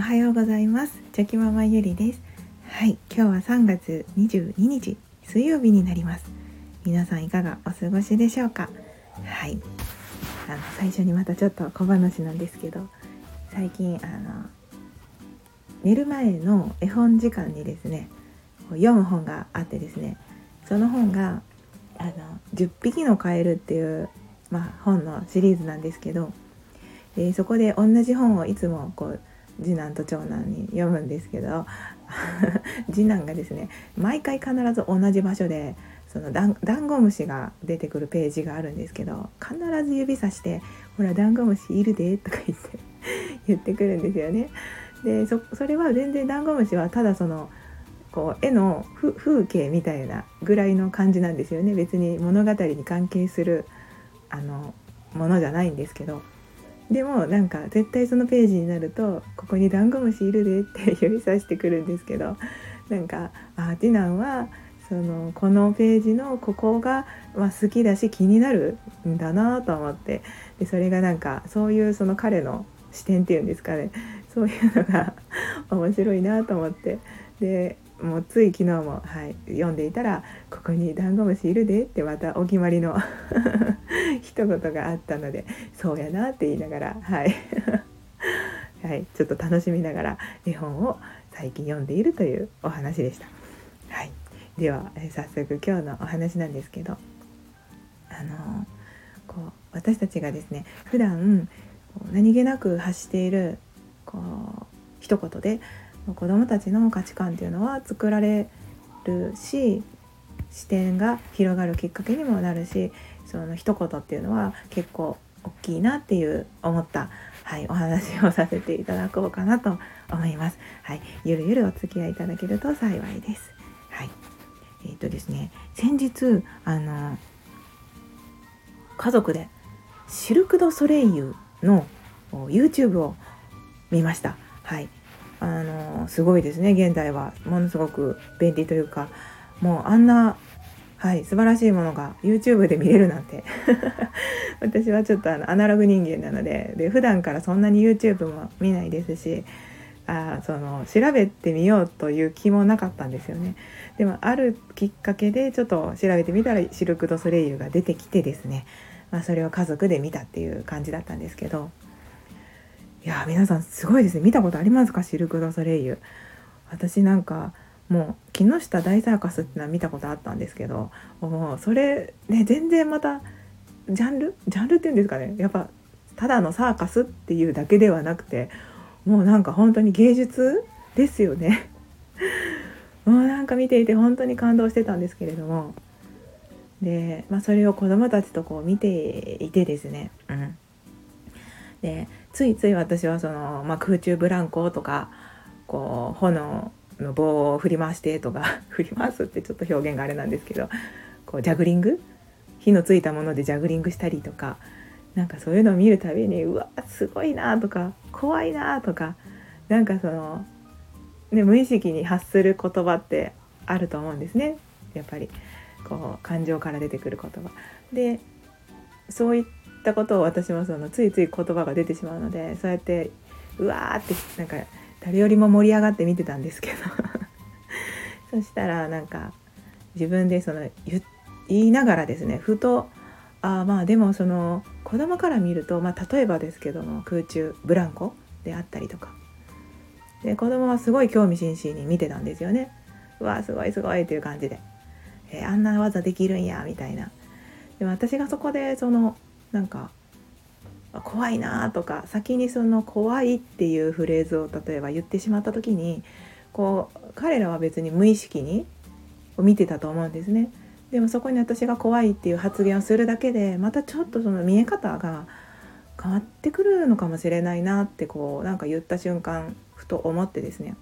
はようございます。チョキママゆりです。はい、今日は3月22日水曜日になります。皆さんいかがお過ごしでしょうか。はい、最初にまたちょっと小話なんですけど、最近寝る前の絵本時間にですね、読む本があってですね、その本が10匹のカエルっていう、本のシリーズなんですけど、そこで同じ本をいつも次男と長男に読むんですけど次男がですね、毎回必ず同じ場所でそのダンゴムシが出てくるページがあるんですけど、必ず指さしてほらダンゴムシいるでとか言ってくるんですよね。で それは全然ダンゴムシはただその絵の風景みたいなぐらいの感じなんですよね。別に物語に関係するものじゃないんですけど、でもなんか絶対そのページになるとここにダンゴムシいるでって指さしてくるんですけど、なんか次男はこのページのここが、好きだし気になるんだなと思って、でそれがなんかそういうその彼の視点っていうんですかね、そういうのが面白いなと思って、でもうつい昨日も、読んでいたらここにダンゴムシいるでってまたお決まりの一言があったので、そうやなって言いながらちょっと楽しみながら絵本を最近読んでいるというお話でした。では、早速今日のお話なんですけど、私たちがですね、普段何気なく発している一言で子どもたちの価値観というのは作られるし、視点が広がるきっかけにもなるし、その一言っていうのは結構大きいなっていう思った、お話をさせていただこうかなと思います。ゆるゆるお付き合いいただけると幸いです。ですね、先日家族でシルク・ドゥ・ソレイユの YouTube を見ました。すごいですね。現代はものすごく便利というか、もうあんな素晴らしいものが YouTube で見れるなんて私はちょっとアナログ人間なので普段からそんなに YouTube も見ないですし、調べてみようという気もなかったんですよね。でもあるきっかけでちょっと調べてみたらシルク・ドゥ・ソレイユが出てきてですね、それを家族で見たっていう感じだったんですけど、いや皆さんすごいですね。見たことありますか？シルク・ドゥ・ソレイユ。私なんかもう木下大サーカスってのは見たことあったんですけど、もうそれね、全然またジャンルっていうんですかね、やっぱただのサーカスっていうだけではなくて、もうなんか本当に芸術ですよねもうなんか見ていて本当に感動してたんですけれども、で、それを子どもたちと見ていてですね、でついつい私は空中ブランコとか炎の棒を振り回してとか振り回すってちょっと表現があれなんですけど、ジャグリング、火のついたものでジャグリングしたりとか、なんかそういうのを見るたびにうわすごいなとか怖いなとか、なんか無意識に発する言葉ってあると思うんですね。やっぱり感情から出てくる言葉で、そういったことを私もついつい言葉が出てしまうので、そうやってうわーってなんか誰よりも盛り上がって見てたんですけどそしたらなんか自分で言いながらですね、ふとでも子供から見ると、例えばですけども空中ブランコであったりとかで、子供はすごい興味津々に見てたんですよね。うわすごいすごいっていう感じで、あんな技できるんやみたいな。でも私がそこでなんか怖いなとか、先に怖いっていうフレーズを例えば言ってしまった時に、彼らは別に無意識に見てたと思うんですね。でもそこに私が怖いっていう発言をするだけで、またちょっと見え方が変わってくるのかもしれないなってなんか言った瞬間ふと思ってですね。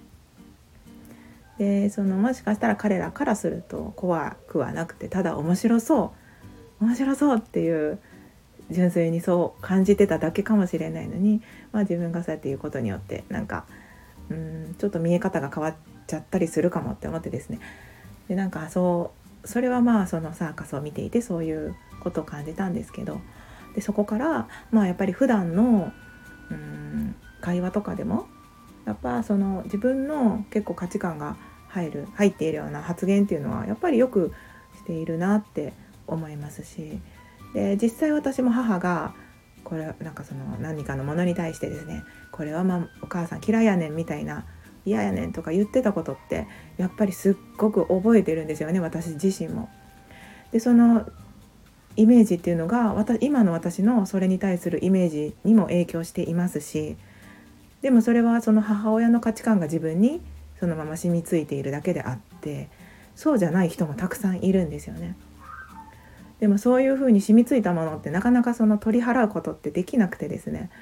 でもしかしたら彼らからすると怖くはなくて、ただ面白そうっていう純粋にそう感じてただけかもしれないのに、自分がそうやって言うことによってなんかちょっと見え方が変わっちゃったりするかもって思ってですね。でなんかそれはサーカスを見ていてそういうことを感じたんですけど、でそこからやっぱり普段の会話とかでもやっぱその自分の結構価値観が入っているような発言っていうのはやっぱりよくしているなって思いますし、で実際私も母がこれなんかその何かのものに対してですね、これはお母さん嫌いやねんみたいな、嫌やねんとか言ってたことってやっぱりすっごく覚えてるんですよね、私自身も。でそのイメージっていうのが今の私のそれに対するイメージにも影響していますし、でもそれはその母親の価値観が自分にそのまま染みついているだけであって、そうじゃない人もたくさんいるんですよね。でもそういうふうに染みついたものってなかなかその取り払うことってできなくてですね、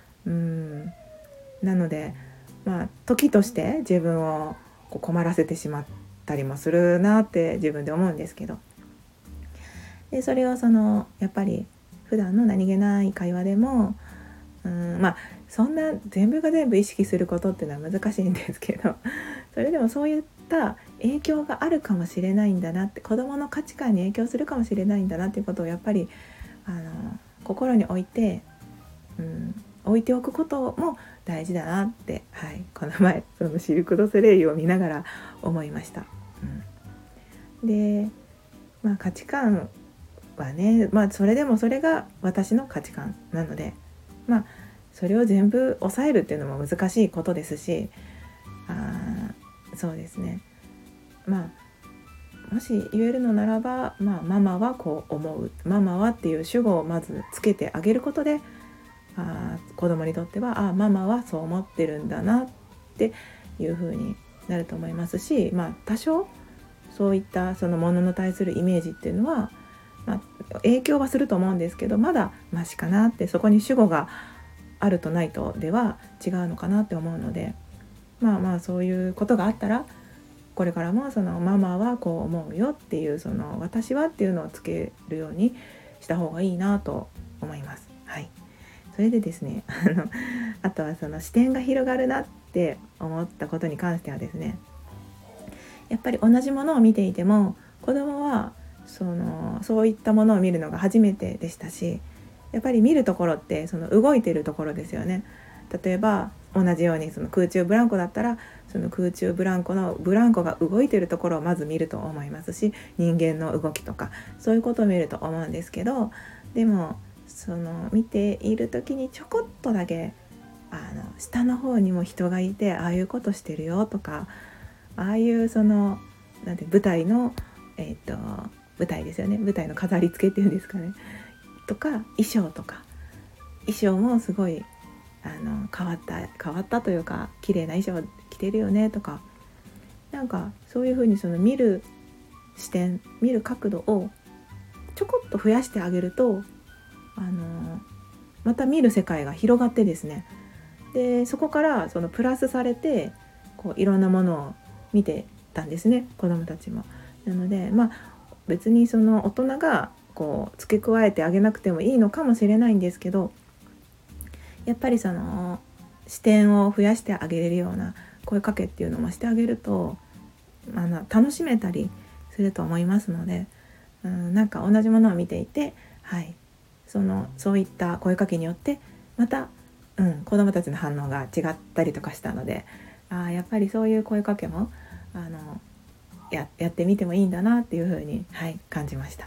なので時として自分を困らせてしまったりもするなって自分で思うんですけど、でそれをやっぱり普段の何気ない会話でもそんな全部が全部意識することっていうのは難しいんですけど、それでもそういった影響があるかもしれないんだなって、子どもの価値観に影響するかもしれないんだなっていうことをやっぱり心に置いて、置いておくことも大事だなって、この前そのシルク・ドゥ・ソレイユを見ながら思いました。で、価値観はね、それでもそれが私の価値観なので、それを全部抑えるっていうのも難しいことですし、そうですね、もし言えるのならば、ママはこう思う、ママはっていう主語をまずつけてあげることで、子供にとってはママはそう思ってるんだなっていう風になると思いますし、多少そういったそのものに対するイメージっていうのは、影響はすると思うんですけど、まだマシかなって、そこに主語があるとないとでは違うのかなって思うので、そういうことがあったらこれからもそのママはこう思うよっていう、その私はっていうのをつけるようにした方がいいなと思います。それでですね、あとはその視点が広がるなって思ったことに関してはですね、やっぱり同じものを見ていても子供はそういったものを見るのが初めてでしたし、やっぱり見るところってその動いてるところですよね。例えば同じようにその空中ブランコだったら、その空中ブランコのブランコが動いてるところをまず見ると思いますし、人間の動きとかそういうことを見ると思うんですけど、でもその見ている時にちょこっとだけ下の方にも人がいて、ああいうことしてるよとか、ああいうそのなんて舞台の舞台ですよね、舞台の飾り付けっていうんですかね、とか衣装もすごい変わったというか、綺麗な衣装着てるよねとか、なんかそういう風にその見る視点、見る角度をちょこっと増やしてあげると、また見る世界が広がってですね、でそこからそのプラスされてこういろんなものを見てたんですね、子どもたちも。なので別にその大人がこう付け加えてあげなくてもいいのかもしれないんですけど、やっぱりその視点を増やしてあげれるような声かけっていうのもしてあげると、楽しめたりすると思いますので、なんか同じものを見ていて、そういった声かけによってまた、子どもたちの反応が違ったりとかしたので、やっぱりそういう声かけもやってみてもいいんだなっていうふうに、感じました。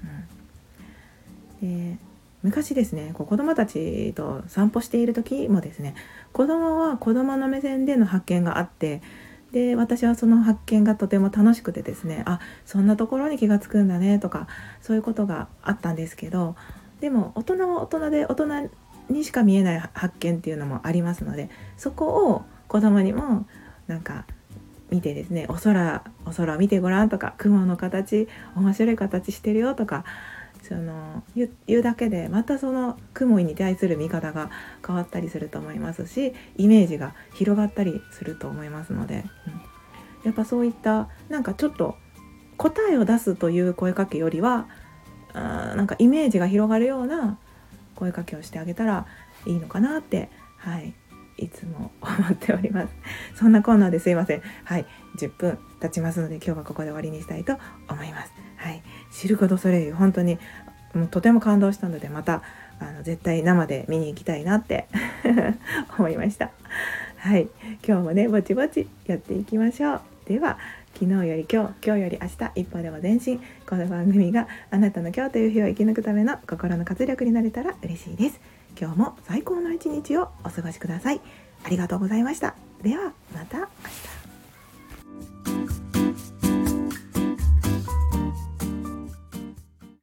で昔ですね、子どもたちと散歩している時もですね、子どもは子どもの目線での発見があって、で私はその発見がとても楽しくてですね、そんなところに気がつくんだねとか、そういうことがあったんですけど、でも大人は大人で大人にしか見えない発見っていうのもありますので、そこを子どもにもなんか見てですね、お空を見てごらんとか、雲の形面白い形してるよとか、言うだけでまたその雲に対する見方が変わったりすると思いますし、イメージが広がったりすると思いますので、やっぱそういったなんかちょっと答えを出すという声かけよりは、なんかイメージが広がるような声かけをしてあげたらいいのかなって、いつも思っております。そんなこんなですいません。10分経ちますので今日はここで終わりにしたいと思います。シルク・ドゥ・ソレイユ本当にもうとても感動したので、また絶対生で見に行きたいなって思いました。 はい、今日もねぼちぼちやっていきましょう。では昨日より今日より明日一歩でも前進。この番組があなたの今日という日を生き抜くための心の活力になれたら嬉しいです。今日も最高の一日をお過ごしください。ありがとうございました。ではまた。